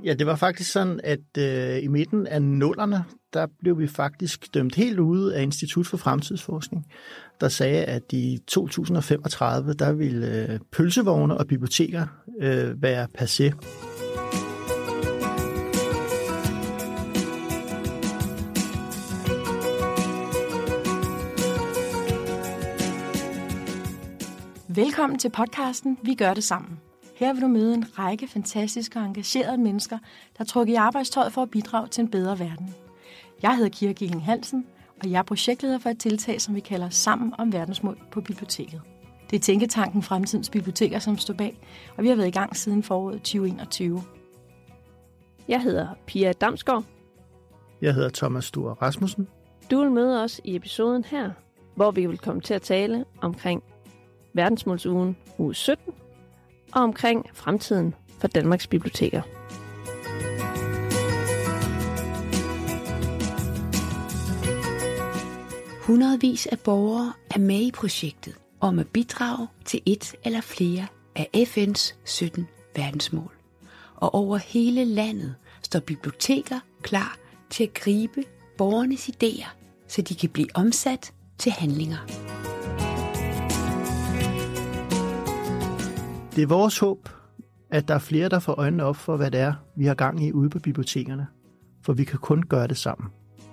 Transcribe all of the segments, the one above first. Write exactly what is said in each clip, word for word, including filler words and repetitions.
Ja, det var faktisk sådan, at øh, i midten af nullerne, der blev vi faktisk dømt helt ude af Institut for Fremtidsforskning, der sagde, at i to tusind femogtredive, der ville øh, pølsevogne og biblioteker øh, være passé. Velkommen til podcasten Vi gør det sammen. Her vil du møde en række fantastiske og engagerede mennesker, der er trukket i arbejdstøjet for at bidrage til en bedre verden. Jeg hedder Kira Gilling Hansen, og jeg er projektleder for et tiltag, som vi kalder Sammen om verdensmål på biblioteket. Det er Tænketanken Fremtidens Biblioteker, som står bag, og vi har været i gang siden foråret tyve enogtyve. Jeg hedder Pia Damsgaard. Jeg hedder Thomas Sture Rasmussen. Du vil møde os i episoden her, hvor vi vil komme til at tale omkring verdensmålsugen uge sytten, og omkring fremtiden for Danmarks biblioteker. Hundredvis af borgere er med i projektet om at bidrage til et eller flere af F N's sytten verdensmål. Og over hele landet står biblioteker klar til at gribe borgernes idéer, så de kan blive omsat til handlinger. Det er vores håb, at der er flere, der får øjnene op for, hvad det er, vi har gang i ude på bibliotekerne. For vi kan kun gøre det sammen.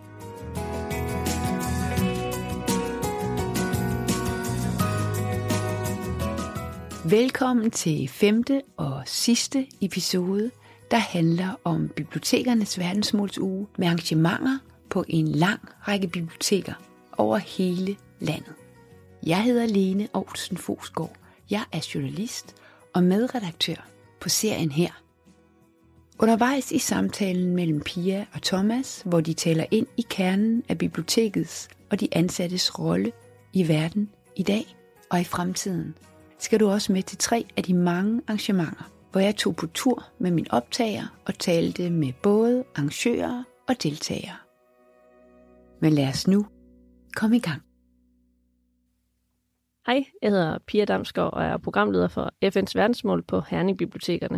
Velkommen til femte og sidste episode, der handler om bibliotekernes verdensmålsuge med arrangementer på en lang række biblioteker over hele landet. Jeg hedder Lene Augustsen Fosgaard. Jeg er journalist og medredaktør på serien her. Undervejs i samtalen mellem Pia og Thomas, hvor de taler ind i kernen af bibliotekets og de ansattes rolle i verden i dag og i fremtiden, skal du også med til tre af de mange arrangementer, hvor jeg tog på tur med min optager og talte med både arrangører og deltagere. Men lad os nu komme i gang. Hej, jeg hedder Pia Damsgaard og er programleder for F N's verdensmål på Herning Bibliotekerne.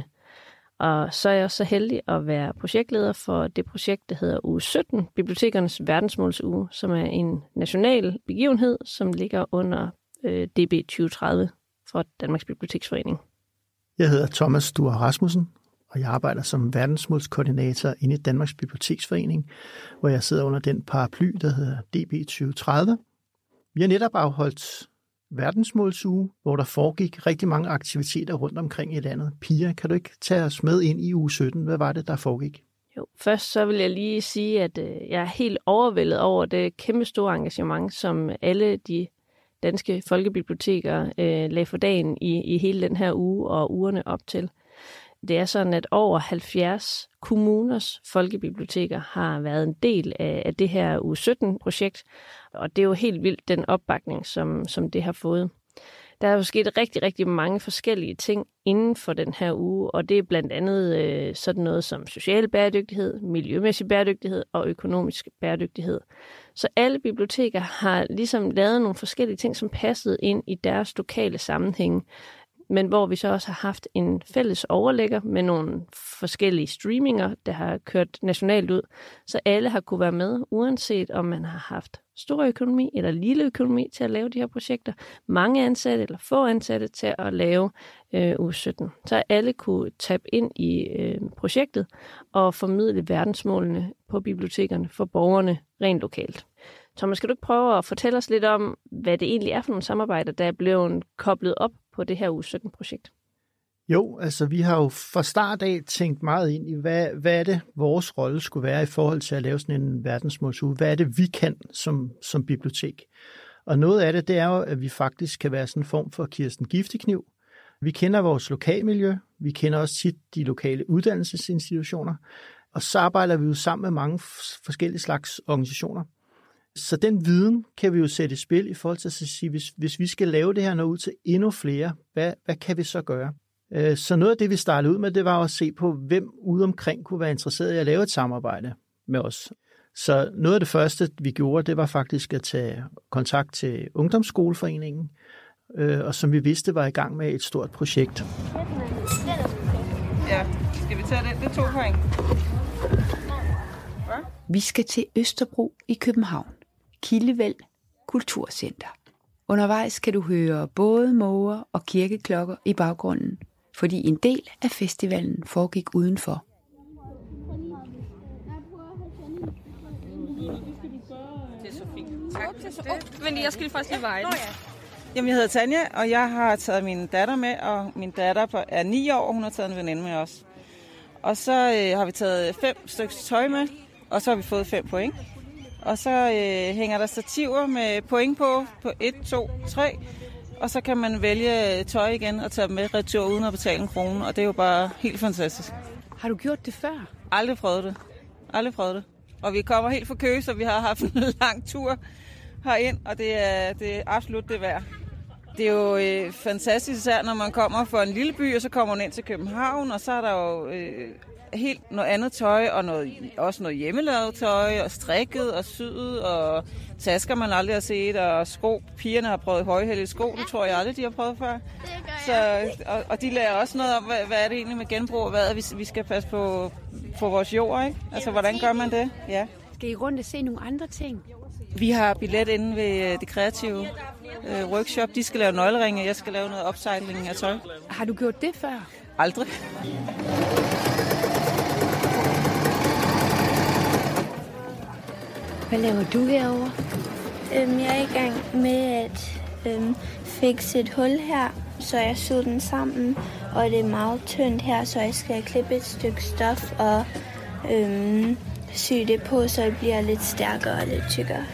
Og så er jeg også så heldig at være projektleder for det projekt, der hedder uge sytten, Bibliotekernes verdensmålsuge, som er en national begivenhed, som ligger under øh, D B tyve tredive for Danmarks Biblioteksforening. Jeg hedder Thomas Sture Rasmussen, og jeg arbejder som verdensmålskoordinator inde i Danmarks Biblioteksforening, hvor jeg sidder under den paraply, der hedder D B tyve tredive. Vi har netop afholdt verdensmålsuge, hvor der foregik rigtig mange aktiviteter rundt omkring i landet. Pia, kan du ikke tage os med ind i uge sytten? Hvad var det, der foregik? Jo, først så vil jeg lige sige, at øh, jeg er helt overvældet over det kæmpe store engagement, som alle de danske folkebiblioteker øh, lagde for dagen i, i hele den her uge og ugerne op til. Det er sådan, at over halvfjerds kommuners folkebiblioteker har været en del af, af det her uge sytten-projekt, og det er jo helt vildt den opbakning, som, som det har fået. Der er jo sket rigtig, rigtig mange forskellige ting inden for den her uge, og det er blandt andet øh, sådan noget som social bæredygtighed, miljømæssig bæredygtighed og økonomisk bæredygtighed. Så alle biblioteker har ligesom lavet nogle forskellige ting, som passede ind i deres lokale sammenhæng, men hvor vi så også har haft en fælles overlægger med nogle forskellige streaminger, der har kørt nationalt ud, så alle har kunne være med, uanset om man har haft stor økonomi eller lille økonomi til at lave de her projekter, mange ansatte eller få ansatte til at lave øh, uge sytten. Så alle kunne tabe ind i øh, projektet og formidle verdensmålene på bibliotekerne for borgerne rent lokalt. Thomas, skal du ikke prøve at fortælle os lidt om, hvad det egentlig er for nogle samarbejder, der er blevet koblet op på det her uge sytten-projekt? Jo, altså vi har jo fra start af tænkt meget ind i, hvad, hvad er det, vores rolle skulle være i forhold til at lave sådan en verdensmålsuge? Hvad er det, vi kan som, som bibliotek? Og noget af det, det er jo, at vi faktisk kan være sådan en form for Kirsten Giftekniv. Vi kender vores lokalmiljø, vi kender også tit de lokale uddannelsesinstitutioner, og så arbejder vi jo sammen med mange forskellige slags organisationer. Så den viden kan vi jo sætte i spil i forhold til at sige, hvis, hvis vi skal lave det her nå ud til endnu flere, hvad, hvad kan vi så gøre? Så noget af det, vi startede ud med, det var at se på, hvem ude omkring kunne være interesseret i at lave et samarbejde med os. Så noget af det første, vi gjorde, det var faktisk at tage kontakt til Ungdomsskoleforeningen, og som vi vidste var i gang med et stort projekt. Ja, skal vi tage det? Det er to point. Hvad? Vi skal til Østerbro i København. Kildevæld Kulturcenter. Undervejs kan du høre både måger og kirkeklokker i baggrunden, fordi en del af festivalen foregik udenfor. Det er så fint. Tak. Men jeg skal faktisk lige veje. Jamen, jeg hedder Tanja, og jeg har taget min datter med, og min datter er ni år, og hun har taget en veninde med os. Og så øh, har vi taget fem stykker tøj med, og så har vi fået fem point. Og så øh, hænger der stativer med point på, på et, to, tre. Og så kan man vælge tøj igen og tage dem med retur uden at betale en krone. Og det er jo bare helt fantastisk. Har du gjort det før? Aldrig prøvet det. Aldrig prøvet det. Og vi kommer helt fra Køge, så vi har haft en lang tur herind, og det er, det er absolut det værd. Det er jo øh, fantastisk, især når man kommer fra en lille by, og så kommer man ind til København, og så er der jo øh, helt noget andet tøj, og noget, også noget hjemmelavet tøj, og strikket og syet, og tasker man aldrig har set, og sko. Pigerne har prøvet højhældige sko, det tror jeg aldrig, de har prøvet før. Så, og, og de lærer også noget om, hvad, hvad er det egentlig med genbrug, og hvad er, vi, vi skal passe på, på vores jord, ikke? Altså, hvordan gør man det? Ja. Skal I rundt og se nogle andre ting? Vi har billet inde ved det kreative øh, workshop. De skal lave nøgleringe, jeg skal lave noget upcycling af tøj. Har du gjort det før? Aldrig. Hvad laver du herovre? Øhm, jeg er i gang med at øhm, fikse et hul her, så jeg syr den sammen. Og det er meget tyndt her, så jeg skal klippe et stykke stof og øhm, sy det på, så det bliver lidt stærkere og lidt tykkere.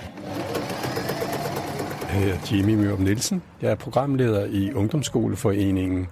Jeg hedder Jimmy Mørup Nielsen. Jeg er programleder i Ungdomsskoleforeningen.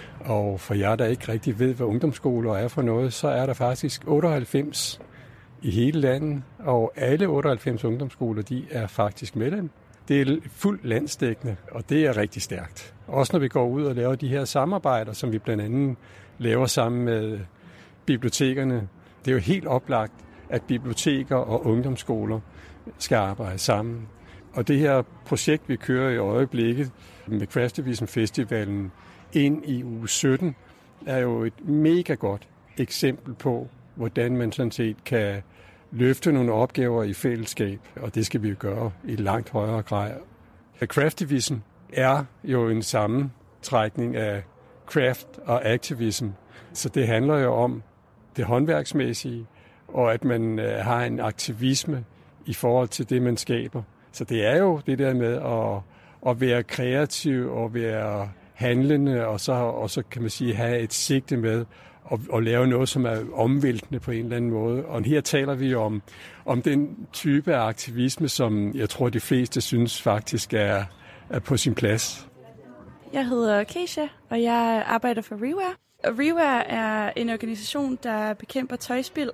Og for jer, der ikke rigtig ved, hvad ungdomsskoler er for noget, så er der faktisk otteoghalvfems i hele landet, og alle otteoghalvfems ungdomsskoler, de er faktisk medlem. Det er fuldt landsdækkende, og det er rigtig stærkt. Også når vi går ud og laver de her samarbejder, som vi blandt andet laver sammen med bibliotekerne. Det er jo helt oplagt, at biblioteker og ungdomsskoler skal arbejde sammen. Og det her projekt, vi kører i øjeblikket med Craftivism Festivalen ind i uge sytten, er jo et mega godt eksempel på, hvordan man sådan set kan løfte nogle opgaver i fællesskab, og det skal vi jo gøre i langt højere grad. Craftivism er jo en sammentrækning af craft og activism, så det handler jo om det håndværksmæssige, og at man har en aktivisme i forhold til det, man skaber. Så det er jo det der med at, at være kreativ og være handlende, og så, og så kan man sige have et sigte med at, at lave noget, som er omvæltende på en eller anden måde. Og her taler vi om, om den type af aktivisme, som jeg tror, de fleste synes faktisk er, er på sin plads. Jeg hedder Keisha, og jeg arbejder for Reware. Reware er en organisation, der bekæmper tøjspild,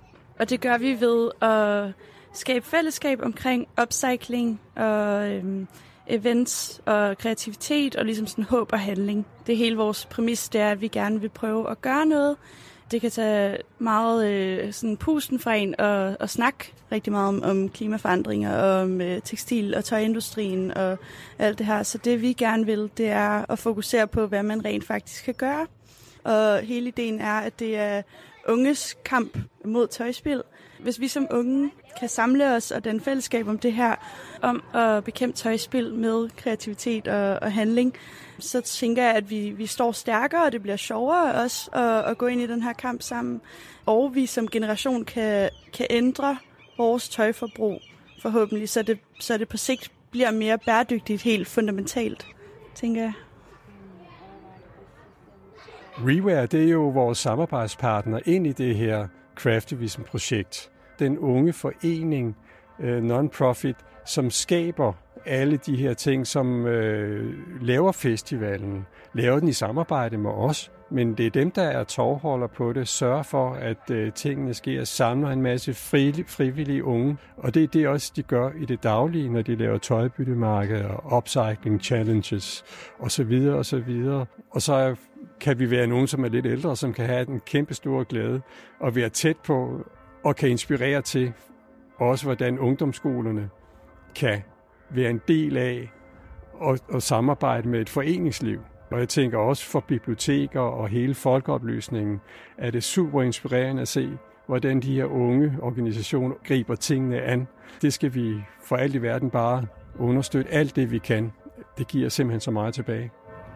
og det gør vi ved at skabe fællesskab omkring upcycling og øhm, events og kreativitet og ligesom sådan håb og handling. Det er hele vores præmis, det er, at vi gerne vil prøve at gøre noget. Det kan tage meget øh, sådan pusten fra en og, og snakke rigtig meget om, om klimaforandringer og om øh, tekstil- og tøjindustrien og alt det her. Så det vi gerne vil, det er at fokusere på, hvad man rent faktisk kan gøre. Og hele ideen er, at det er unges kamp mod tøjspild. Hvis vi som unge kan samle os og den fællesskab om det her, om at bekæmpe tøjspild med kreativitet og, og handling, så tænker jeg, at vi, vi står stærkere, og det bliver sjovere også at, at gå ind i den her kamp sammen. Og vi som generation kan, kan ændre vores tøjforbrug forhåbentlig, så det, så det på sigt bliver mere bæredygtigt helt fundamentalt, tænker jeg. Reware, det er jo vores samarbejdspartner ind i det her Craftivism-projekt. Den unge forening, øh, non-profit, som skaber alle de her ting, som øh, laver festivalen, laver den i samarbejde med os, men det er dem, der er tovholder på det, sørger for, at øh, tingene sker, samler en masse fri, frivillige unge, og det er det også, de gør i det daglige, når de laver tøjbyttemarkeder, upcycling challenges osv. osv. Og så kan vi være nogen, som er lidt ældre, som kan have en kæmpe stor glæde og være tæt på og kan inspirere til også, hvordan ungdomsskolerne kan være en del af og, og samarbejde med et foreningsliv. Og jeg tænker også for biblioteker og hele folkeoplysningen, er det super inspirerende at se, hvordan de her unge organisationer griber tingene an. Det skal vi for alt i verden bare understøtte alt det, vi kan. Det giver simpelthen så meget tilbage.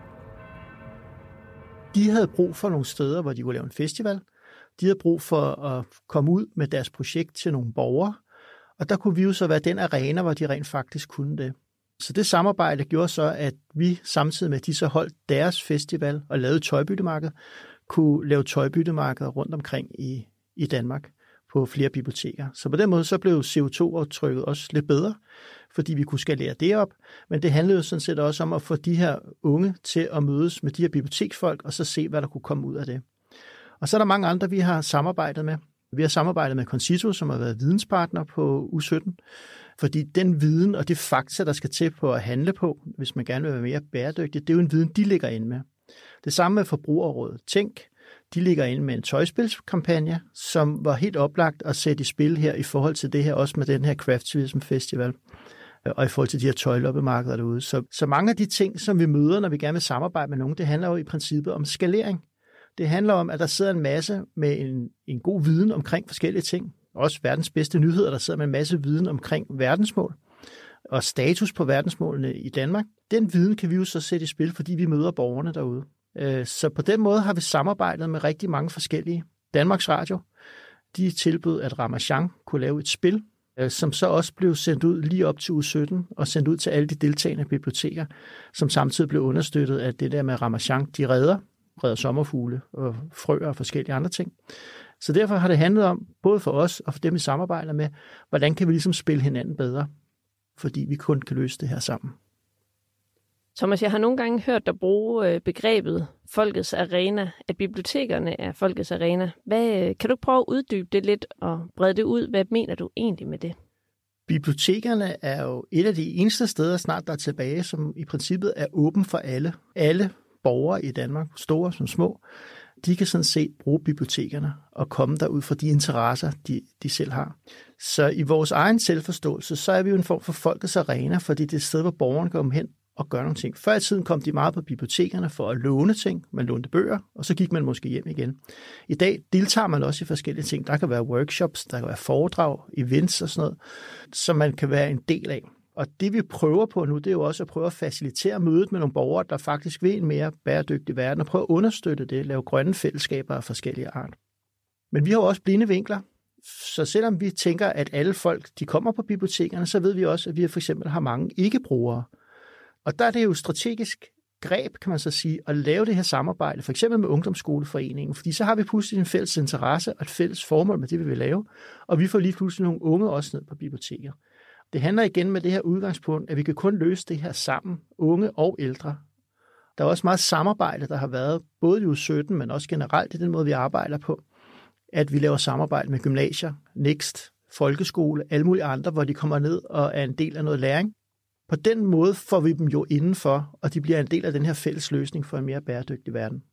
De havde brug for nogle steder, hvor de kunne lave en festival. De havde brug for at komme ud med deres projekt til nogle borgere. Og der kunne vi jo så være den arena, hvor de rent faktisk kunne det. Så det samarbejde gjorde så, at vi samtidig med, at de så holdt deres festival og lavede tøjbyttemarked, kunne lave tøjbyttemarkeder rundt omkring i, i Danmark på flere biblioteker. Så på den måde så blev C O to-aftrykket også lidt bedre, fordi vi kunne skalere det op. Men det handlede jo sådan set også om at få de her unge til at mødes med de her biblioteksfolk, og så se, hvad der kunne komme ud af det. Og så er der mange andre, vi har samarbejdet med. Vi har samarbejdet med Concito, som har været videnspartner på U sytten, fordi den viden og det fakta, der skal til på at handle på, hvis man gerne vil være mere bæredygtig, det er jo en viden, de ligger inde med. Det samme med Forbrugerrådet Tænk. De ligger inde med en tøjspilskampagne, som var helt oplagt at sætte i spil her i forhold til det her, også med den her Craftivism Festival, og i forhold til de her tøjloppemarkeder derude. Så, så mange af de ting, som vi møder, når vi gerne vil samarbejde med nogen, det handler jo i princippet om skalering. Det handler om, at der sidder en masse med en, en god viden omkring forskellige ting. Også verdens bedste nyheder, der sidder med en masse viden omkring verdensmål og status på verdensmålene i Danmark. Den viden kan vi jo så sætte i spil, fordi vi møder borgerne derude. Så på den måde har vi samarbejdet med rigtig mange forskellige. Danmarks Radio, de tilbød, at Ramachan kunne lave et spil, som så også blev sendt ud lige op til U sytten og sendt ud til alle de deltagende biblioteker, som samtidig blev understøttet af det der med Ramachan, de redder, redder sommerfugle og frøer og forskellige andre ting. Så derfor har det handlet om, både for os og for dem, vi samarbejder med, hvordan kan vi ligesom spille hinanden bedre, fordi vi kun kan løse det her sammen. Thomas, jeg har nogle gange hørt dig bruge begrebet folkets arena, at bibliotekerne er folkets arena. Hvad, kan du prøve at uddybe det lidt og brede det ud? Hvad mener du egentlig med det? Bibliotekerne er jo et af de eneste steder snart, der er tilbage, som i princippet er åben for alle. Alle borgere i Danmark, store som små, de kan sådan set bruge bibliotekerne og komme derud fra de interesser, de, de selv har. Så i vores egen selvforståelse, så er vi jo en form for folkets arena, fordi det er et sted, hvor borgerne kommer hen og gøre nogle ting. Før i tiden kom de meget på bibliotekerne for at låne ting. Man lånte bøger, og så gik man måske hjem igen. I dag deltager man også i forskellige ting. Der kan være workshops, der kan være foredrag, events og sådan noget, som man kan være en del af. Og det vi prøver på nu, det er jo også at prøve at facilitere mødet med nogle borgere, der faktisk vil en mere bæredygtig verden, og prøve at understøtte det, lave grønne fællesskaber af forskellige art. Men vi har jo også blinde vinkler. Så selvom vi tænker, at alle folk de kommer på bibliotekerne, så ved vi også, at vi for eksempel har mange ikke-brugere. Og der er det jo strategisk greb, kan man så sige, at lave det her samarbejde, for eksempel med Ungdomsskoleforeningen, fordi så har vi pludselig en fælles interesse og et fælles formål med det, vi vil lave, og vi får lige pludselig nogle unge også ned på biblioteker. Det handler igen med det her udgangspunkt, at vi kan kun løse det her sammen, unge og ældre. Der er også meget samarbejde, der har været, både i U sytten, men også generelt i den måde, vi arbejder på, at vi laver samarbejde med gymnasier, Next, folkeskole, alle mulige andre, hvor de kommer ned og er en del af noget læring. På den måde får vi dem jo indenfor, og de bliver en del af den her fælles løsning for en mere bæredygtig verden.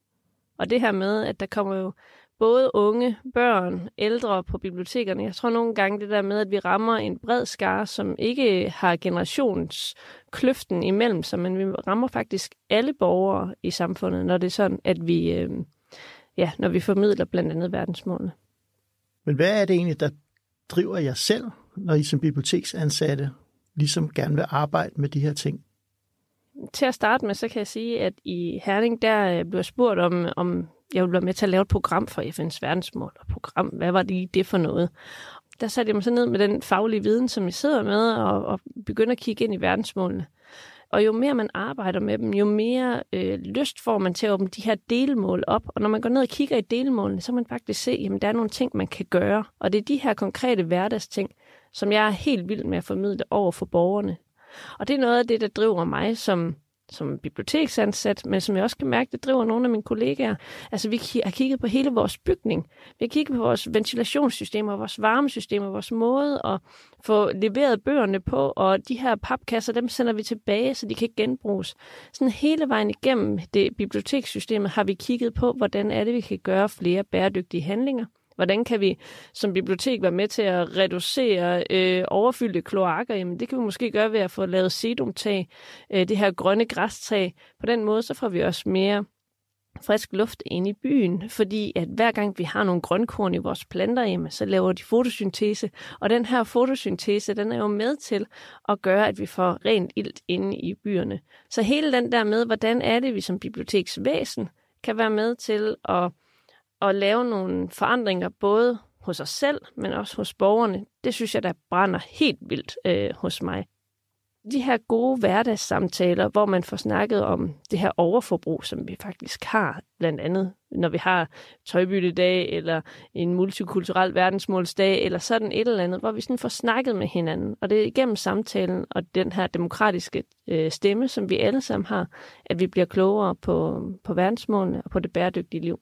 Og det her med, at der kommer jo både unge, børn, ældre på bibliotekerne. Jeg tror nogle gange det der med, at vi rammer en bred skare, som ikke har generationskløften imellem sig, men vi rammer faktisk alle borgere i samfundet, når det er sådan, at vi, øh, ja, når vi formidler blandt andet verdensmålene. Men hvad er det egentlig, der driver jer selv, når I som biblioteksansatte ligesom gerne vil arbejde med de her ting? Til at starte med, så kan jeg sige, at i Herning, der blev jeg spurgt om, om jeg ville være med til at lave et program for F N's verdensmål. Og program, hvad var det det for noget? Der satte jeg mig så ned med den faglige viden, som jeg sidder med, og, og begynder at kigge ind i verdensmålene. Og jo mere man arbejder med dem, jo mere øh, lyst får man til at åbne de her delmål op. Og når man går ned og kigger i delmålene, så kan man faktisk se, at der er nogle ting, man kan gøre. Og det er de her konkrete hverdagsting, som jeg er helt vild med at formidle over for borgerne. Og det er noget af det, der driver mig som, som biblioteksansat, men som jeg også kan mærke, det driver nogle af mine kollegaer. Altså vi har kigget på hele vores bygning. Vi har kigget på vores ventilationssystemer, vores varmesystemer, vores måde at få leveret bøgerne på, og de her papkasser, dem sender vi tilbage, så de kan genbruges. Sådan hele vejen igennem det bibliotekssystemet har vi kigget på, hvordan er det, vi kan gøre flere bæredygtige handlinger, Hvordan kan vi som bibliotek være med til at reducere øh, overfyldte kloakker? Jamen, det kan vi måske gøre ved at få lavet sedumtag, øh, det her grønne græstag. På den måde så får vi også mere frisk luft ind i byen, fordi at hver gang vi har nogle grønkorn i vores planter, jamen, så laver de fotosyntese, og den her fotosyntese, den er jo med til at gøre, at vi får rent ilt inde i byerne. Så hele den der med, hvordan er det, vi som biblioteksvæsen kan være med til at, at lave nogle forandringer, både hos os selv, men også hos borgerne, det synes jeg, der brænder helt vildt øh, hos mig. De her gode hverdagssamtaler, hvor man får snakket om det her overforbrug, som vi faktisk har, blandt andet når vi har tøjbyttedag, eller en multikulturel verdensmålsdag, eller sådan et eller andet, hvor vi sådan får snakket med hinanden. Og det er igennem samtalen og den her demokratiske øh, stemme, som vi alle sammen har, at vi bliver klogere på, på verdensmålene og på det bæredygtige liv.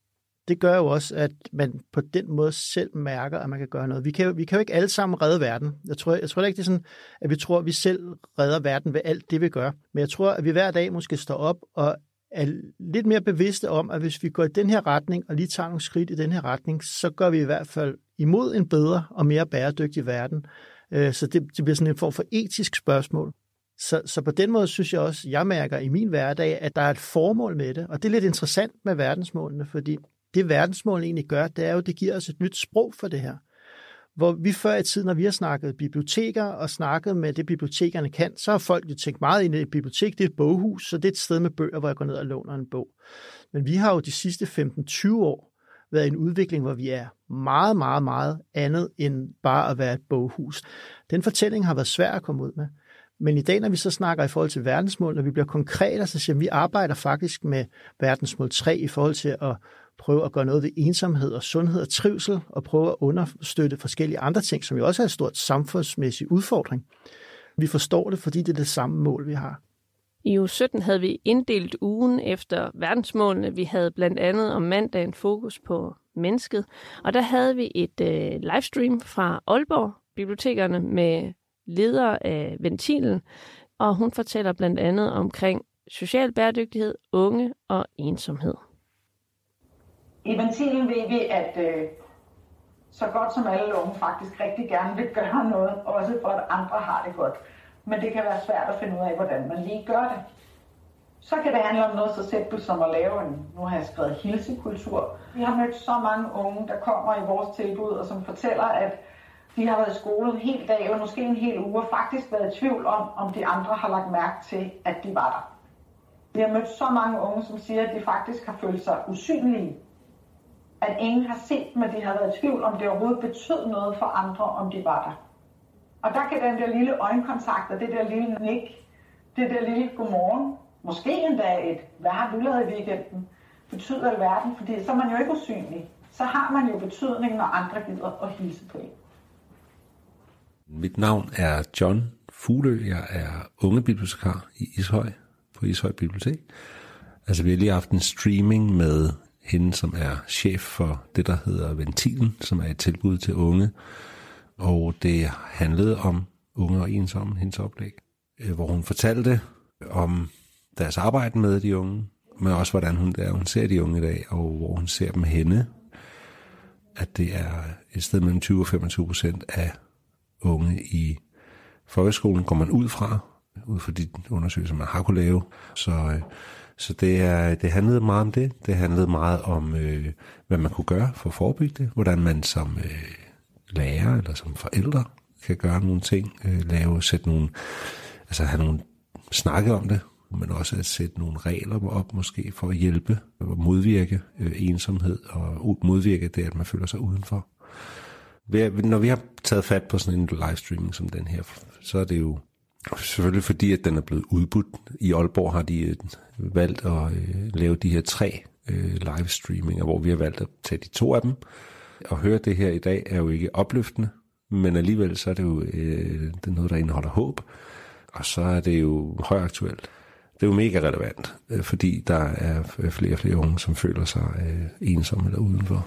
Det gør jo også, at man på den måde selv mærker, at man kan gøre noget. Vi kan jo, vi kan jo ikke alle sammen redde verden. Jeg tror, jeg tror ikke, det er sådan, at vi tror, at vi selv redder verden ved alt det, vi gør. Men jeg tror, at vi hver dag måske står op og er lidt mere bevidste om, at hvis vi går i den her retning og lige tager nogle skridt i den her retning, så gør vi i hvert fald imod en bedre og mere bæredygtig verden. Så det, det bliver sådan en form for etisk spørgsmål. Så, så på den måde synes jeg også, jeg mærker i min hverdag, at der er et formål med det. Og det er lidt interessant med verdensmålene, fordi det verdensmål egentlig gør, det er jo, det giver os et nyt sprog for det her. Hvor vi før i tiden, når vi har snakket biblioteker og snakket med det, bibliotekerne kan, så har folk jo tænkt meget ind i et bibliotek. Det er et boghus, så det er et sted med bøger, hvor jeg går ned og låner en bog. Men vi har jo de sidste femten til tyve år været i en udvikling, hvor vi er meget, meget, meget andet end bare at være et boghus. Den fortælling har været svær at komme ud med. Men i dag, når vi så snakker i forhold til verdensmål, når vi bliver konkrete, så siger vi, at vi arbejder faktisk med verdensmål tre i forhold til at prøve at gøre noget ved ensomhed og sundhed og trivsel, og prøve at understøtte forskellige andre ting, som jo også er en stor samfundsmæssig udfordring. Vi forstår det, fordi det er det samme mål, vi har. I uge sytten havde vi inddelt ugen efter verdensmålene. Vi havde blandt andet om mandagen fokus på mennesket, og der havde vi et øh, livestream fra Aalborg Bibliotekerne med leder af Ventilen, og hun fortæller blandt andet omkring social bæredygtighed, unge og ensomhed. I Ventilen ved vi, at øh, så godt som alle unge faktisk rigtig gerne vil gøre noget, også for at andre har det godt. Men det kan være svært at finde ud af, hvordan man lige gør det. Så kan det handle om noget så simpelt som at lave en, nu har jeg skrevet hilsekultur. Vi har mødt så mange unge, der kommer i vores tilbud, og som fortæller, at de har været i skole en hel dag, eller måske en hel uge, og faktisk været i tvivl om, om de andre har lagt mærke til, at de var der. Vi har mødt så mange unge, som siger, at de faktisk har følt sig usynlige. At ingen har set dem, at de har været i tvivl, om det overhovedet betød noget for andre, om de var der. Og der kan den der lille øjenkontakt, og det der lille nik, det der lille godmorgen, måske endda et, hvad har du lavet i weekenden, betyder alverden, fordi så er man jo ikke usynlig. Så har man jo betydning, når andre gider at hilse på en. Mit navn er John Fuglø. Jeg er ungebibliotekar i Ishøj, på Ishøj Bibliotek. Altså vi har lige haft en streaming med hende, som er chef for det, der hedder Ventilen, som er et tilbud til unge. Og det handlede om unge og ensomme, hendes oplæg, hvor hun fortalte om deres arbejde med de unge, men også hvordan hun, der, hun ser de unge i dag, og hvor hun ser dem henne. At det er et sted mellem tyve og femogtyve procent af unge i folkeskolen går man ud fra, ud fra de undersøgelser, man har kunne lave. Så, så det, er, det handlede meget om det. Det handlede meget om, øh, hvad man kunne gøre for at forebygge det. Hvordan man som øh, lærer eller som forældre kan gøre nogle ting. Øh, lave, sætte nogle, altså have nogle snakke om det, men også at sætte nogle regler op måske for at hjælpe og modvirke øh, ensomhed og modvirke det, at man føler sig udenfor. Når vi har taget fat på sådan en livestreaming som den her, så er det jo selvfølgelig fordi, at den er blevet udbudt. I Aalborg har de valgt at øh, lave de her tre øh, livestreaminger, hvor vi har valgt at tage de to af dem. Og høre det her i dag er jo ikke opløftende, men alligevel så er det jo øh, det er noget, der indeholder håb. Og så er det jo højaktuelt. Det er jo mega relevant, øh, fordi der er flere og flere unge, som føler sig øh, ensomme eller udenfor.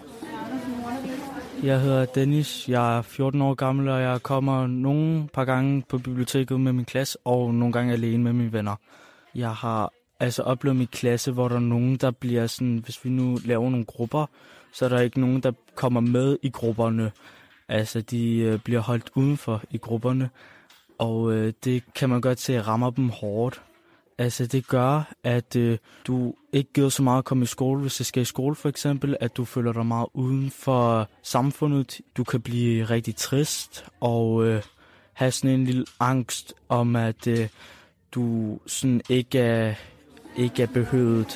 Jeg hedder Dennis, jeg er fjorten år gammel, og jeg kommer nogle par gange på biblioteket med min klasse, og nogle gange alene med mine venner. Jeg har altså oplevet min klasse, hvor der er nogen, der bliver sådan, hvis vi nu laver nogle grupper, så er der ikke nogen, der kommer med i grupperne. Altså, de øh, bliver holdt udenfor i grupperne, og øh, det kan man godt se rammer dem hårdt. Altså, det gør, at øh, du ikke gider så meget at komme i skole, hvis du skal i skole for eksempel, at du føler dig meget uden for samfundet. Du kan blive rigtig trist og øh, have sådan en lille angst om, at øh, du sådan ikke er, ikke er behøvet.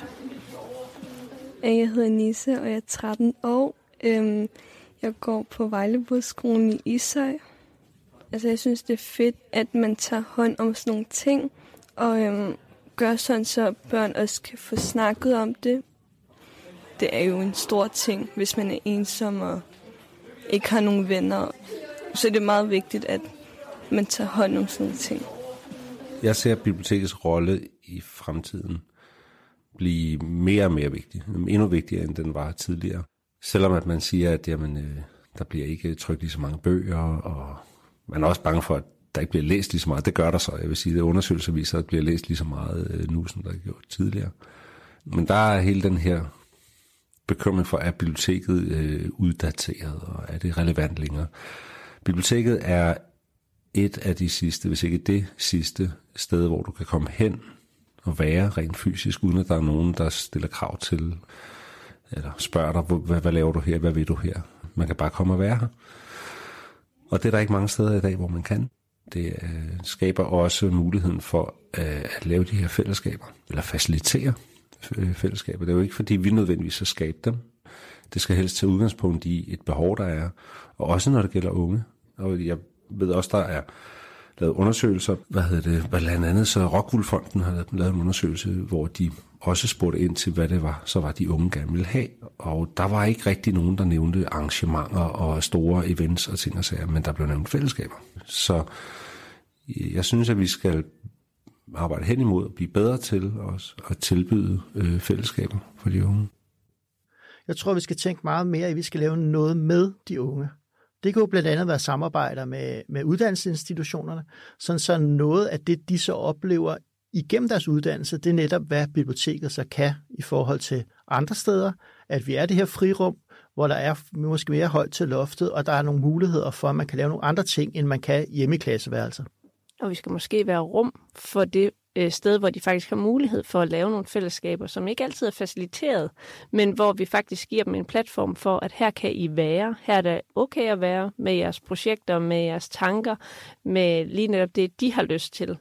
Jeg hedder Nisse, og jeg er tretten år. Øhm, jeg går på Vejlebådsskolen i Ishøj. Altså, jeg synes, det er fedt, at man tager hånd om sådan nogle ting, og øhm, gør sådan, så børn også kan få snakket om det. Det er jo en stor ting, hvis man er ensom og ikke har nogen venner. Så det er meget vigtigt, at man tager hånd om sådan nogle ting. Jeg ser bibliotekets rolle i fremtiden blive mere og mere vigtig. Endnu vigtigere, end den var tidligere. Selvom at man siger, at jamen, øh, der bliver ikke trykt lige så mange bøger, og man er også bange for, at der ikke bliver læst lige så meget. Det gør der så. Jeg vil sige, at undersøgelser viser, at der bliver læst lige så meget øh, nu, som der er gjort tidligere. Men der er hele den her bekymring for, at biblioteket øh, uddateret, og er det relevant længere. Biblioteket er et af de sidste, hvis ikke det sidste sted, hvor du kan komme hen og være rent fysisk, uden at der er nogen, der stiller krav til, eller spørger dig, hvad, hvad laver du her, hvad vil du her? Man kan bare komme og være her. Og det er der ikke mange steder i dag, hvor man kan. Det øh, skaber også muligheden for øh, at lave de her fællesskaber, eller facilitere øh, fællesskaber. Det er jo ikke, fordi vi nødvendigvis skal skabe dem. Det skal helst tage udgangspunkt i et behov, der er, og også når det gælder unge. Og jeg ved også, der er lavet undersøgelser, hvad hedder det, blandt andet så Rockwool-fonden har lavet en undersøgelse, hvor de også spurgte ind til, hvad det var, så var de unge gerne ville have. Og der var ikke rigtig nogen, der nævnte arrangementer og store events og ting og sager, men der blev nævnt fællesskaber. Så jeg synes, at vi skal arbejde hen imod at blive bedre til os at tilbyde øh, fællesskaber for de unge. Jeg tror, vi skal tænke meget mere, at vi skal lave noget med de unge. Det kan jo blandt andet være samarbejder med, med uddannelsesinstitutionerne, sådan så noget af det, de så oplever igennem deres uddannelse, det er netop, hvad biblioteket så kan i forhold til andre steder, at vi er det her frirum, hvor der er måske mere højt til loftet, og der er nogle muligheder for, at man kan lave nogle andre ting, end man kan hjemme i klasseværelser. Og vi skal måske være rum for det øh, sted, hvor de faktisk har mulighed for at lave nogle fællesskaber, som ikke altid er faciliteret, men hvor vi faktisk giver dem en platform for, at her kan I være. Her er det okay at være med jeres projekter, med jeres tanker, med lige netop det, de har lyst til.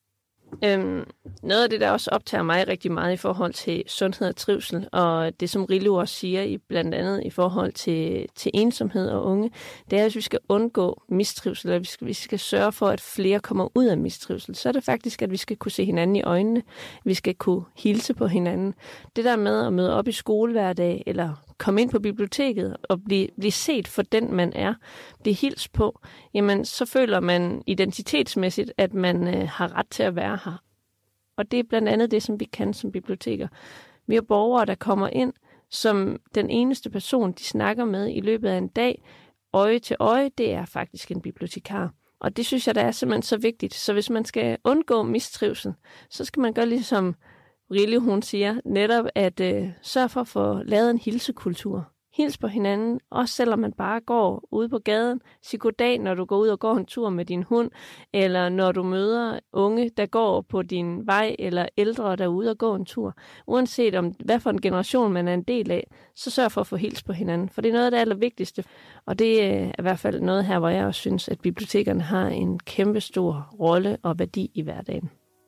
Øhm, noget af det, der også optager mig rigtig meget i forhold til sundhed og trivsel, og det, som Rillo også siger, i, blandt andet i forhold til, til ensomhed og unge, det er, at hvis vi skal undgå mistrivsel, eller vi skal, vi skal sørge for, at flere kommer ud af mistrivsel, så er det faktisk, at vi skal kunne se hinanden i øjnene, vi skal kunne hilse på hinanden. Det der med at møde op i skole hver dag, eller komme ind på biblioteket og blive, blive set for den, man er, blive hilst på, jamen så føler man identitetsmæssigt, at man øh, har ret til at være her. Og det er blandt andet det, som vi kan som biblioteker. Vi har borgere, der kommer ind, som den eneste person, de snakker med i løbet af en dag, øje til øje, det er faktisk en bibliotekar. Og det synes jeg, der er simpelthen så vigtigt. Så hvis man skal undgå mistrivsel, så skal man gøre ligesom Rille, hun siger, netop at øh, sørge for at få lavet en hilsekultur. Hils på hinanden, også selvom man bare går ude på gaden. Sig goddag, når du går ud og går en tur med din hund, eller når du møder unge, der går på din vej, eller ældre, der er ude og gå en tur. Uanset om hvad for en generation man er en del af, så sørg for at få hils på hinanden, for det er noget af det allervigtigste. Og det er i hvert fald noget her, hvor jeg også synes, at bibliotekerne har en kæmpe stor rolle og værdi i hverdagen.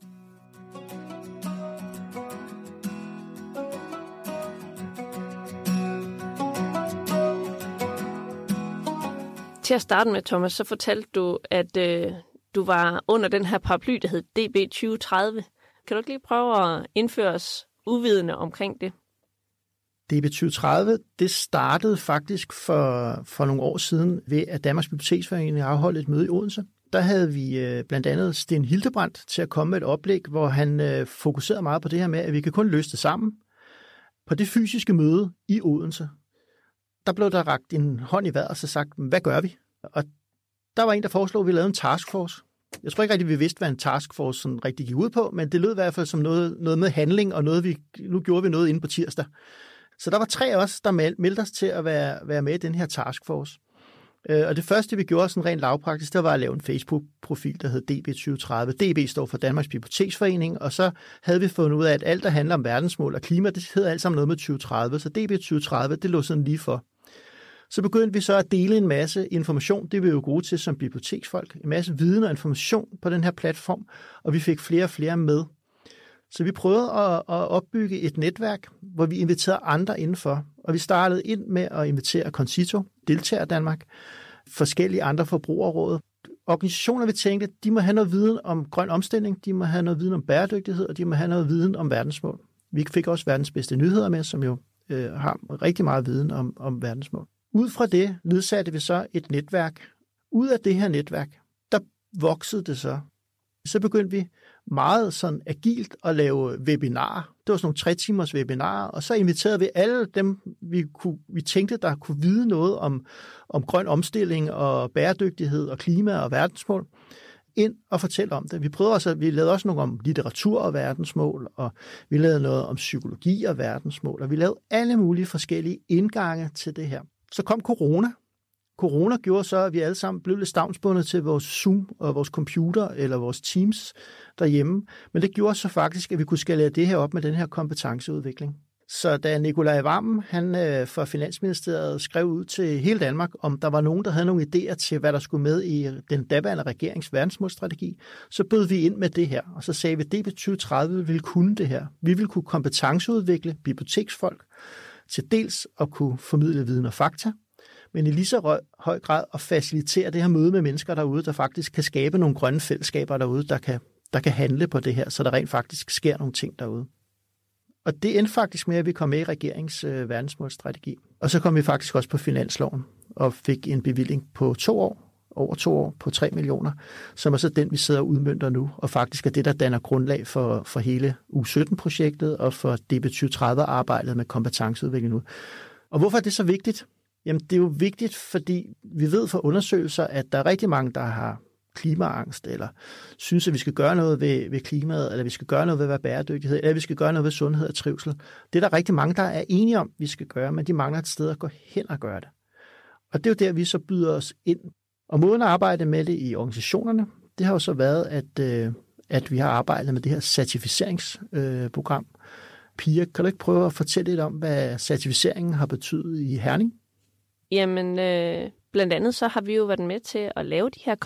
Til at starte med, Thomas, så fortalte du, at øh, du var under den her paraply, der hed D B tyve tredive. Kan du ikke lige prøve at indføre os uvidende omkring det? D B tyve tredive, det startede faktisk for, for nogle år siden ved, at Danmarks Biblioteksforening afholdt et møde i Odense. Der havde vi øh, blandt andet Sten Hildebrandt til at komme med et oplæg, hvor han øh, fokuserede meget på det her med, at vi kan kun løse det sammen. På det fysiske møde i Odense, der blev der rakt en hånd i vejret og så sagt, hvad gør vi? Og der var en, der foreslog, at vi lavede en taskforce. Jeg tror ikke rigtig, vi vidste, hvad en taskforce sådan rigtig gik ud på, men det lød i hvert fald som noget, noget med handling, og noget vi, nu gjorde vi noget inde på tirsdag. Så der var tre af os, der meldte os til at være, være med i den her taskforce. Og det første, vi gjorde sådan rent lavpraktisk, det var at lave en Facebook-profil, der hed D B tyve tredive. D B står for Danmarks Biblioteksforening, og så havde vi fundet ud af, at alt, der handler om verdensmål og klima, det hedder alt sammen noget med tyve tredive. Så D B tyve tredive, det lå sådan lige for. Så begyndte vi så at dele en masse information, det er vi jo gode til som biblioteksfolk, en masse viden og information på den her platform, og vi fik flere og flere med. Så vi prøvede at, at opbygge et netværk, hvor vi inviterede andre indenfor, og vi startede ind med at invitere Concito, Deltager Danmark, forskellige andre forbrugerråd. Organisationer, vi tænkte, de må have noget viden om grøn omstilling, de må have noget viden om bæredygtighed, og de må have noget viden om verdensmål. Vi fik også verdens bedste nyheder med, som jo øh, har rigtig meget viden om, om verdensmål. Ud fra det ledsatte vi så et netværk. Ud af det her netværk, der voksede det så. Så begyndte vi meget sådan agilt at lave webinarer. Det var sådan nogle tre timers webinarer, og så inviterede vi alle dem, vi, kunne, vi tænkte, der kunne vide noget om, om grøn omstilling og bæredygtighed og klima og verdensmål, ind og fortælle om det. Vi prøvede også, vi lavede også nogle om litteratur og verdensmål, og vi lavede noget om psykologi og verdensmål, og vi lavede alle mulige forskellige indgange til det her. Så kom corona. Corona gjorde så, at vi alle sammen blev lidt stavnsbundet til vores Zoom og vores computer eller vores Teams derhjemme. Men det gjorde så faktisk, at vi kunne skalere det her op med den her kompetenceudvikling. Så da Nikolaj Wammen, han fra Finansministeriet, skrev ud til hele Danmark, om der var nogen, der havde nogle idéer til, hvad der skulle med i den daværende regerings verdensmålsstrategi, så bød vi ind med det her. Og så sagde vi, at D B tyve tredive ville kunne det her. Vi ville kunne kompetenceudvikle biblioteksfolk til dels at kunne formidle viden og fakta, men i lige så høj grad at facilitere det her møde med mennesker derude, der faktisk kan skabe nogle grønne fællesskaber derude, der kan, der kan handle på det her, så der rent faktisk sker nogle ting derude. Og det endte faktisk med, at vi kom med i regeringens øh, verdensmålsstrategi. Og så kom vi faktisk også på finansloven og fik en bevilling på to år, over to år på tre millioner, som er så den, vi sidder og udmønter nu, og faktisk er det, der danner grundlag for, for hele U sytten-projektet og for D B tyve tredive-arbejdet med kompetenceudvikling nu. Og hvorfor er det så vigtigt? Jamen, det er jo vigtigt, fordi vi ved fra undersøgelser, at der er rigtig mange, der har klimaangst, eller synes, at vi skal gøre noget ved, ved klimaet, eller vi skal gøre noget ved hvad bæredygtighed, eller vi skal gøre noget ved sundhed og trivsel. Det er der rigtig mange, der er enige om, vi skal gøre, men de mangler et sted at gå hen og gøre det. Og det er jo der, vi så byder os ind. Og måden at arbejde med det i organisationerne, det har jo så været, at, øh, at vi har arbejdet med det her certificeringsprogram. Øh, Pia, kan du ikke prøve at fortælle lidt om, hvad certificeringen har betydet i Herning? Jamen, øh, blandt andet så har vi jo været med til at lave de her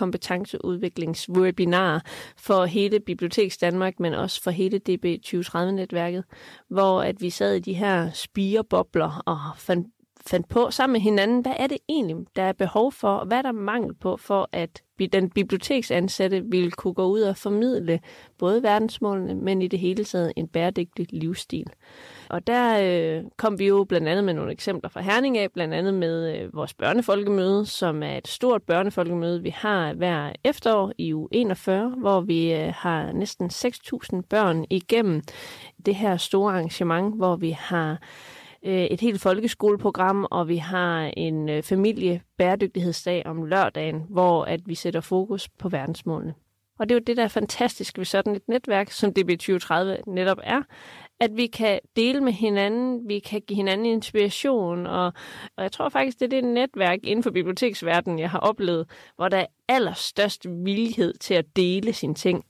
kompetenceudviklingswebinarer for hele Biblioteks Danmark, men også for hele D B tyve tredive-netværket, hvor at vi sad i de her spirebobler og fandt fandt på sammen med hinanden, hvad er det egentlig, der er behov for, og hvad er der mangel på, for at den biblioteksansatte ville kunne gå ud og formidle både verdensmålene, men i det hele taget en bæredygtig livsstil. Og der øh, kom vi jo blandt andet med nogle eksempler fra Herning af, blandt andet med øh, vores børnefolkemøde, som er et stort børnefolkemøde, vi har hver efterår i uge enogfyrre, hvor vi øh, har næsten seks tusind børn igennem det her store arrangement, hvor vi har et helt folkeskoleprogram, og vi har en familiebæredygtighedsdag om lørdagen, hvor at vi sætter fokus på verdensmålene. Og det er jo det, der er fantastisk ved sådan et netværk, som D B tyve tredive netop er, at vi kan dele med hinanden, vi kan give hinanden inspiration, og, og jeg tror faktisk, det er det netværk inden for biblioteksverdenen, jeg har oplevet, hvor der er allerstørst villighed til at dele sine ting.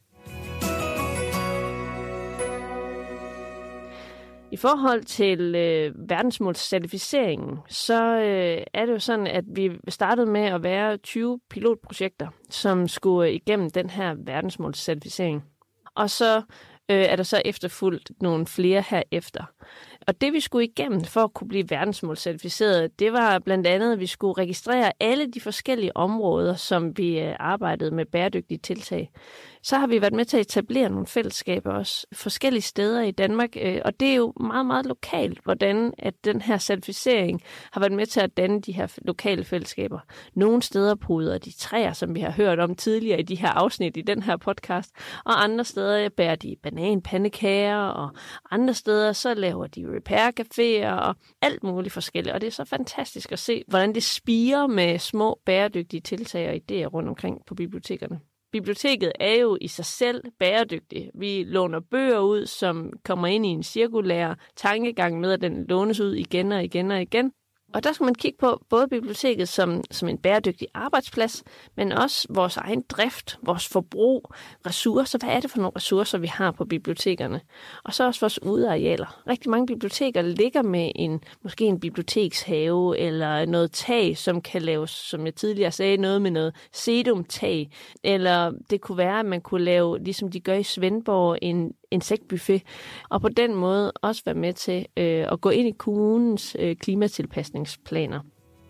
I forhold til øh, verdensmålscertificeringen, så øh, er det jo sådan, at vi startede med at være tyve pilotprojekter, som skulle igennem den her verdensmålscertificering. Og så øh, er der så efterfulgt nogle flere herefter. Og det, vi skulle igennem for at kunne blive verdensmålscertificeret, det var blandt andet, at vi skulle registrere alle de forskellige områder, som vi øh, arbejdede med bæredygtige tiltag. Så har vi været med til at etablere nogle fællesskaber også forskellige steder i Danmark, og det er jo meget, meget lokalt, hvordan at den her certificering har været med til at danne de her lokale fællesskaber. Nogle steder poder de træer, som vi har hørt om tidligere i de her afsnit i den her podcast, og andre steder bærer de bananpandekager, og andre steder så laver de repair-caféer og alt muligt forskelligt. Og det er så fantastisk at se, hvordan det spirer med små bæredygtige tiltag og idéer rundt omkring på bibliotekerne. biblioteket er jo i sig selv bæredygtigt. Vi låner bøger ud, som kommer ind i en cirkulær tankegang med, at den lånes ud igen og igen og igen. Og der skal man kigge på både biblioteket som, som en bæredygtig arbejdsplads, men også vores egen drift, vores forbrug, ressourcer. Hvad er det for nogle ressourcer, vi har på bibliotekerne? Og så også vores udearealer. Rigtig mange biblioteker ligger med en, måske en bibliotekshave eller noget tag, som kan laves, som jeg tidligere sagde, noget med noget sedumtag. Eller det kunne være, at man kunne lave, ligesom de gør i Svendborg, en insektbuffet, og på den måde også være med til øh, at gå ind i kommunens øh, klimatilpasningsplaner.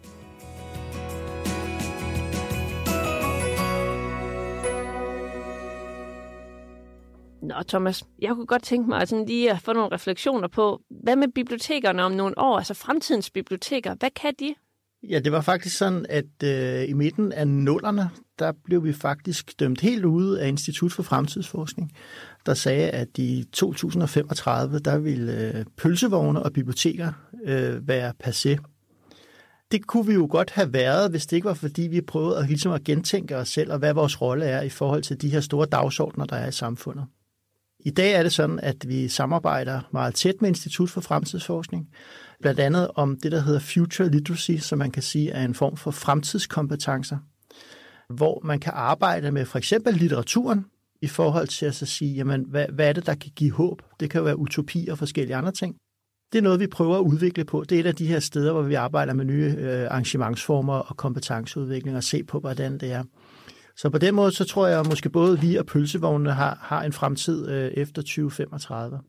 Nå, Thomas, jeg kunne godt tænke mig sådan lige at få nogle refleksioner på, hvad med bibliotekerne om nogle år, altså fremtidens biblioteker, hvad kan de? Ja, det var faktisk sådan, at øh, i midten af nullerne, der blev vi faktisk dømt helt ude af Institut for Fremtidsforskning, der sagde, at i to tusind og femogtredive, der ville øh, pølsevogne og biblioteker øh, være passé. Det kunne vi jo godt have været, hvis det ikke var, fordi vi prøvede at, ligesom at gentænke os selv, og hvad vores rolle er i forhold til de her store dagsordner, der er i samfundet. I dag er det sådan, at vi samarbejder meget tæt med Institut for Fremtidsforskning, blandt andet om det, der hedder Future Literacy, som man kan sige er en form for fremtidskompetencer, hvor man kan arbejde med for eksempel litteraturen i forhold til at så sige, jamen, hvad, hvad er det, der kan give håb? Det kan jo være utopi og forskellige andre ting. Det er noget, vi prøver at udvikle på. Det er et af de her steder, hvor vi arbejder med nye øh, arrangementsformer og kompetenceudvikling og se på, hvordan det er. Så på den måde, så tror jeg, at måske både vi og pølsevognene har, har en fremtid øh, efter tyve femogtredive.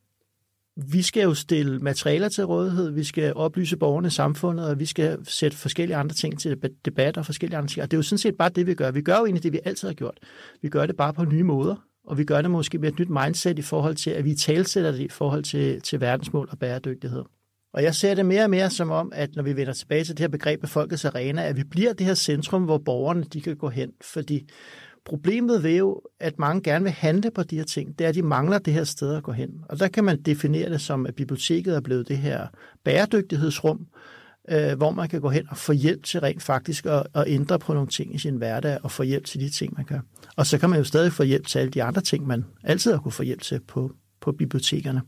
Vi skal jo stille materialer til rådighed, vi skal oplyse borgerne i samfundet, og vi skal sætte forskellige andre ting til debat og forskellige andre ting. Og det er jo sådan set bare det, vi gør. Vi gør jo egentlig det, vi altid har gjort. Vi gør det bare på nye måder, og vi gør det måske med et nyt mindset i forhold til, at vi talsætter det i forhold til, til verdensmål og bæredygtighed. Og jeg ser det mere og mere som om, at når vi vender tilbage til det her begreb af folkets arena, at vi bliver det her centrum, hvor borgerne de kan gå hen. Fordi problemet ved jo, at mange gerne vil handle på de her ting, det er, at de mangler det her sted at gå hen. Og der kan man definere det som, at biblioteket er blevet det her bæredygtighedsrum, øh, hvor man kan gå hen og få hjælp til rent faktisk at, at ændre på nogle ting i sin hverdag, og få hjælp til de ting, man kan. Og så kan man jo stadig få hjælp til alle de andre ting, man altid har kunne få hjælp til på, på bibliotekerne.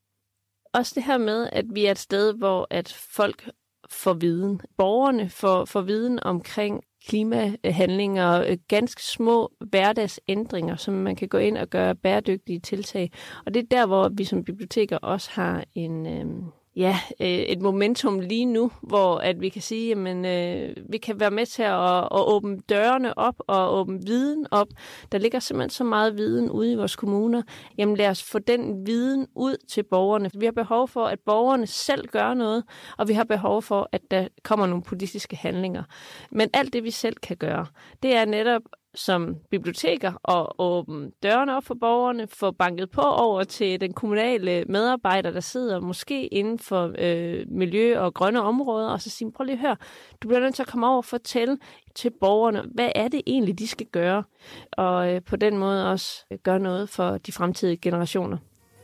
Også det her med, at vi er et sted, hvor at folk får viden. Borgerne får, får viden omkring klimahandlinger, ganske små hverdagsændringer, som man kan gå ind og gøre bæredygtige tiltag. Og det er der, hvor vi som biblioteker også har en, øh, ja, et momentum lige nu, hvor at vi kan sige, jamen, øh, vi kan være med til at, at åbne dørene op og åbne viden op. Der ligger simpelthen så meget viden ude i vores kommuner. Jamen lad os få den viden ud til borgerne. Vi har behov for, at borgerne selv gør noget, og vi har behov for, at der kommer nogle politiske handlinger. Men alt det, vi selv kan gøre, det er netop som biblioteker og åbne dørene op for borgerne, få banket på over til den kommunale medarbejder, der sidder måske inden for øh, miljø- og grønne områder, og så sige, prøv lige at høre, du bliver nødt til at komme over og fortælle til borgerne, hvad er det egentlig, de skal gøre, og øh, på den måde også gøre noget for de fremtidige generationer.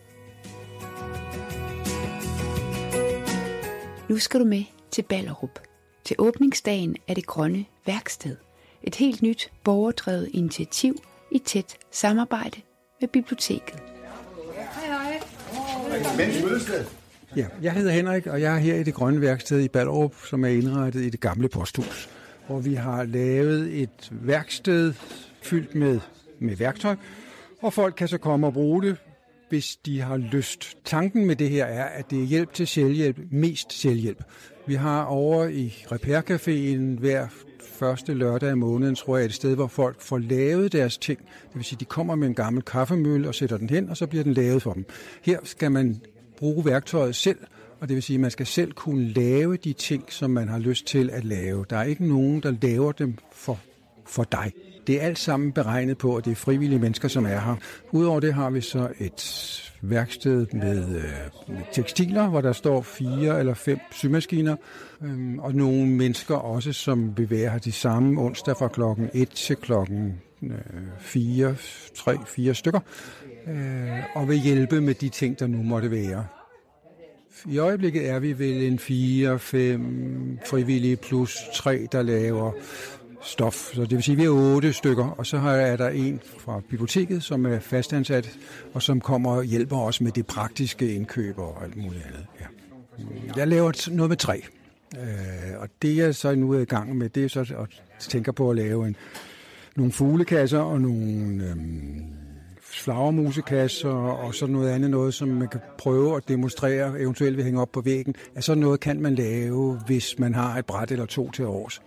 Nu skal du med til Ballerup, til åbningsdagen af det grønne værksted. Et helt nyt borgerdrevet initiativ i tæt samarbejde med biblioteket. Hej, hej. Ja, jeg hedder Henrik, og jeg er her i det grønne værksted i Ballerup, som er indrettet i det gamle posthus, hvor vi har lavet et værksted fyldt med, med værktøj, og folk kan så komme og bruge det, hvis de har lyst. Tanken med det her er, at det er hjælp til selvhjælp, mest selvhjælp. Vi har over i Repair Caféen hver første lørdag i måneden, tror jeg, et sted, hvor folk får lavet deres ting. Det vil sige, de kommer med en gammel kaffemølle og sætter den hen, og så bliver den lavet for dem. Her skal man bruge værktøjet selv, og det vil sige, at man skal selv kunne lave de ting, som man har lyst til at lave. Der er ikke nogen, der laver dem for, for dig. Det er alt sammen beregnet på, at det er frivillige mennesker, som er her. Udover det har vi så et værksted med, øh, med tekstiler, hvor der står fire eller fem symaskiner, øh, og nogle mennesker også, som vil være her de samme onsdag fra klokken et til klokken øh, fire, tre, fire stykker, øh, og vil hjælpe med de ting, der nu måtte være. I øjeblikket er vi vel en fire, fem frivillige plus tre, der laver stof. Så det vil sige, at vi er otte stykker, og så er der en fra biblioteket, som er fastansat, og som kommer og hjælper os med det praktiske indkøb og alt muligt andet. Ja. Jeg laver noget med træ, og det jeg så nu er i gang med, det er så at tænker på at lave en, nogle fuglekasser og nogle øhm, flagermusekasser og sådan noget andet, noget som man kan prøve at demonstrere, eventuelt vil hænge op på væggen. At sådan noget kan man lave, hvis man har et bræt eller to til års.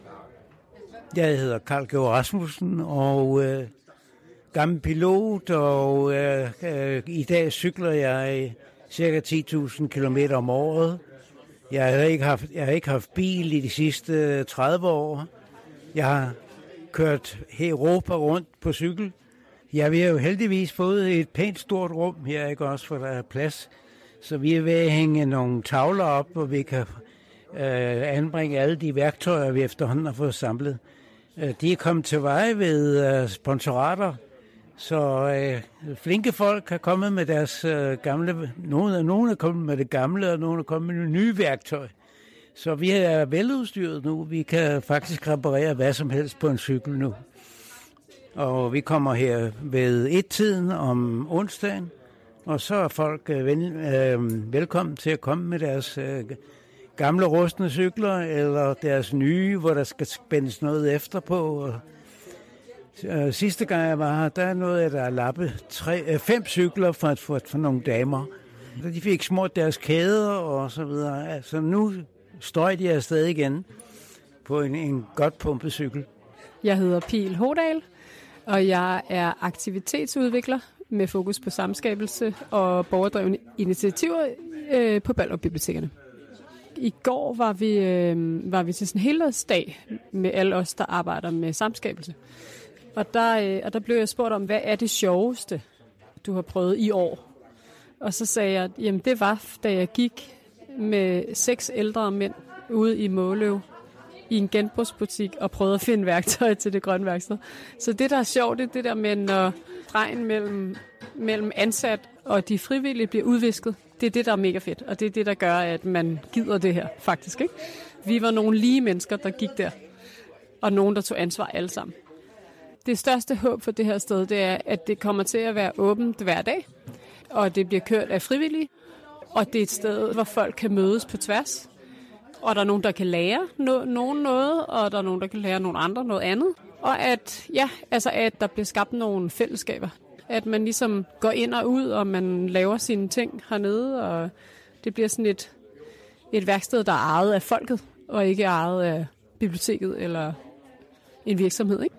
Jeg hedder Carl Georg Rasmussen og øh, gammel pilot, og øh, øh, i dag cykler jeg cirka ti tusind kilometer om året. Jeg har, ikke haft, jeg har ikke haft bil i de sidste tredive år. Jeg har kørt Europa rundt på cykel. Ja, vi har jo heldigvis fået et pænt stort rum her, ikke også, for der er plads. Så vi er ved at hænge nogle tavler op, hvor vi kan øh, anbringe alle de værktøjer, vi efterhånden har fået samlet. Øh, de er kommet til veje ved øh, sponsorater, så øh, flinke folk er kommet med deres øh, gamle... Nogle, nogle er kommet med det gamle, og nogle er kommet med nye værktøj. Så vi er veludstyret nu. Vi kan faktisk reparere hvad som helst på en cykel nu. Og vi kommer her ved et-tiden om onsdagen, og så er folk øh, vel, øh, velkommen til at komme med deres øh, gamle rustne cykler, eller deres nye, hvor der skal spændes noget efter på. Og, øh, sidste gang jeg var her, der er noget af der er lappe tre, øh, fem cykler for, for, for nogle damer. Så de fik smurt deres kæder og så videre. Altså nu står de afsted igen på en, en godt pumpet cykel. Jeg hedder Pil Hodal, og jeg er aktivitetsudvikler med fokus på samskabelse og borgerdrevne initiativer øh, på Ballerup Bibliotekerne. I går var vi, øh, var vi til sådan en heldagsdag med alle os, der arbejder med samskabelse. Og der, øh, og der blev jeg spurgt om, hvad er det sjoveste, du har prøvet i år? Og så sagde jeg, jamen det var, da jeg gik med seks ældre mænd ude i Måløv i en genbrugsbutik og prøvede at finde værktøj til det grønne værksted. Så det, der er sjovt, det er det der med, når stregen mellem, mellem ansat og de frivillige bliver udvisket. Det er det, der er mega fedt, og det er det, der gør, at man gider det her, faktisk. Ikke? Vi var nogle lige mennesker, der gik der, og nogen, der tog ansvar alle sammen. Det største håb for det her sted, det er, at det kommer til at være åbent hver dag, og det bliver kørt af frivillige, og det er et sted, hvor folk kan mødes på tværs. Og der er nogen, der kan lære no- nogen noget, og der er nogen, der kan lære nogle andre noget andet. Og at, ja, altså at der bliver skabt nogle fællesskaber. At man ligesom går ind og ud, og man laver sine ting hernede, og det bliver sådan et, et værksted, der er ejet af folket, og ikke ejet af biblioteket eller en virksomhed, ikke?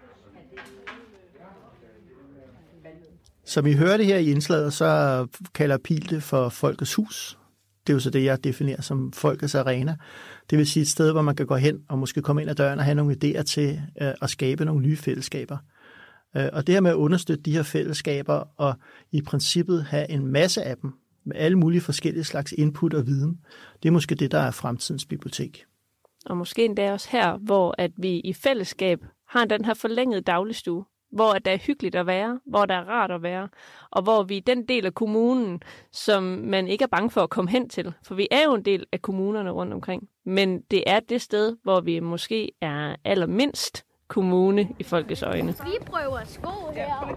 Som I hørte her i indslaget, så kalder Pil det for Folkets Hus. Det er jo så det, jeg definerer som folkets arena. Det vil sige et sted, hvor man kan gå hen og måske komme ind ad døren og have nogle idéer til øh, at skabe nogle nye fællesskaber. Øh, og det her med at understøtte de her fællesskaber og i princippet have en masse af dem med alle mulige forskellige slags input og viden, det er måske det, der er fremtidens bibliotek. Og måske endda også her, hvor at vi i fællesskab har den her forlængede dagligstue, hvor der er hyggeligt at være, hvor der er rart at være, og hvor vi er den del af kommunen, som man ikke er bange for at komme hen til. For vi er jo en del af kommunerne rundt omkring. Men det er det sted, hvor vi måske er allermindst kommune i folkets øjne. Vi prøver sko her.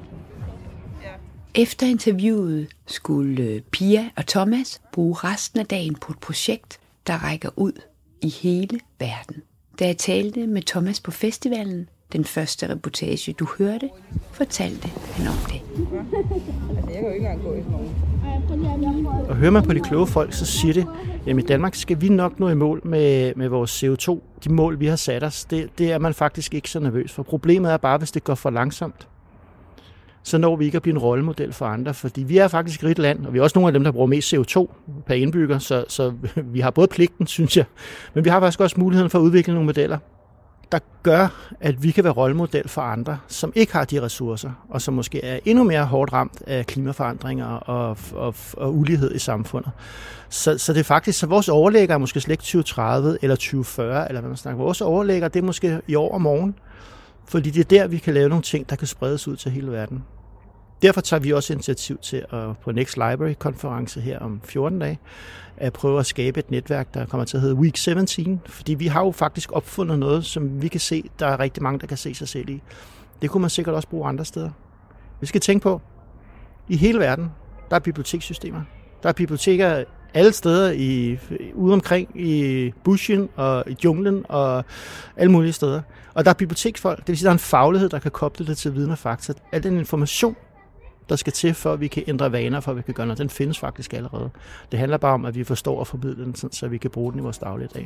Efter interviewet skulle Pia og Thomas bruge resten af dagen på et projekt, der rækker ud i hele verden. Da jeg talte med Thomas på festivalen, den første reportage, du hørte, fortalte han om det. Altså, jeg kan jo ikke engang gå i sådan nogle. Og hører man på de kloge folk, så siger det, at i Danmark skal vi nok nå i mål med, med vores C O to. De mål, vi har sat os, det, det er man faktisk ikke så nervøs for. Problemet er bare, hvis det går for langsomt, så når vi ikke at blive en rollemodel for andre, fordi vi er faktisk et rigt land, og vi er også nogle af dem, der bruger mest C O to per indbygger, så, så vi har både pligten, synes jeg, men vi har faktisk også muligheden for at udvikle nogle modeller, der gør, at vi kan være rollemodel for andre, som ikke har de ressourcer, og som måske er endnu mere hårdt ramt af klimaforandringer og, og, og ulighed i samfundet. Så, så det er faktisk, så vores overlægger er måske slet ikke tyve tredive eller tyve fyrre, eller hvad man snakker. Vores overlægger, det er måske i år og morgen, fordi det er der, vi kan lave nogle ting, der kan spredes ud til hele verden. derfor tager vi også initiativ til at på Next Library-konference her om fjorten dage, at prøve at skabe et netværk, der kommer til at hedde Week sytten, fordi vi har jo faktisk opfundet noget, som vi kan se, der er rigtig mange, der kan se sig selv i. Det kunne man sikkert også bruge andre steder. Vi skal tænke på, i hele verden, der er bibliotekssystemer. Der er biblioteker alle steder i, ude omkring i bushen og i junglen og alle mulige steder. Og der er biblioteksfolk, det vil sige, der er en faglighed, der kan koble det til viden og fakta. Al den information, der skal til, for at vi kan ændre vaner, for at vi kan gøre noget, den findes faktisk allerede. Det handler bare om, at vi forstår og formidler den, så vi kan bruge den i vores dagligdag.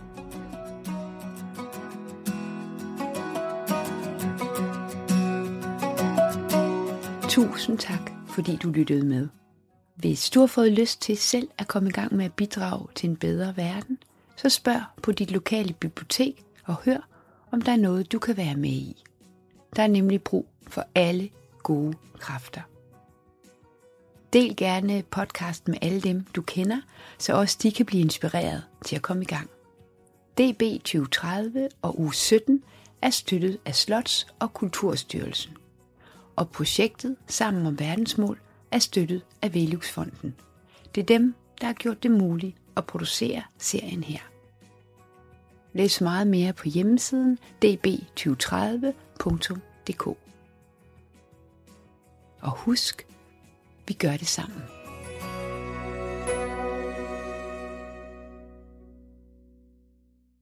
Tusind tak, fordi du lyttede med. Hvis du har fået lyst til selv at komme i gang med at bidrage til en bedre verden, så spørg på dit lokale bibliotek og hør, om der er noget, du kan være med i. Der er nemlig brug for alle gode kræfter. Del gerne podcasten med alle dem, du kender, så også de kan blive inspireret til at komme i gang. D B tyve tredive og uge sytten er støttet af Slots- og Kulturstyrelsen. Og projektet Sammen om verdensmål er støttet af Velux-fonden. Det er dem, der har gjort det muligt at producere serien her. Læs meget mere på hjemmesiden d b tyve tredive punktum d k. Og husk, vi gør det sammen.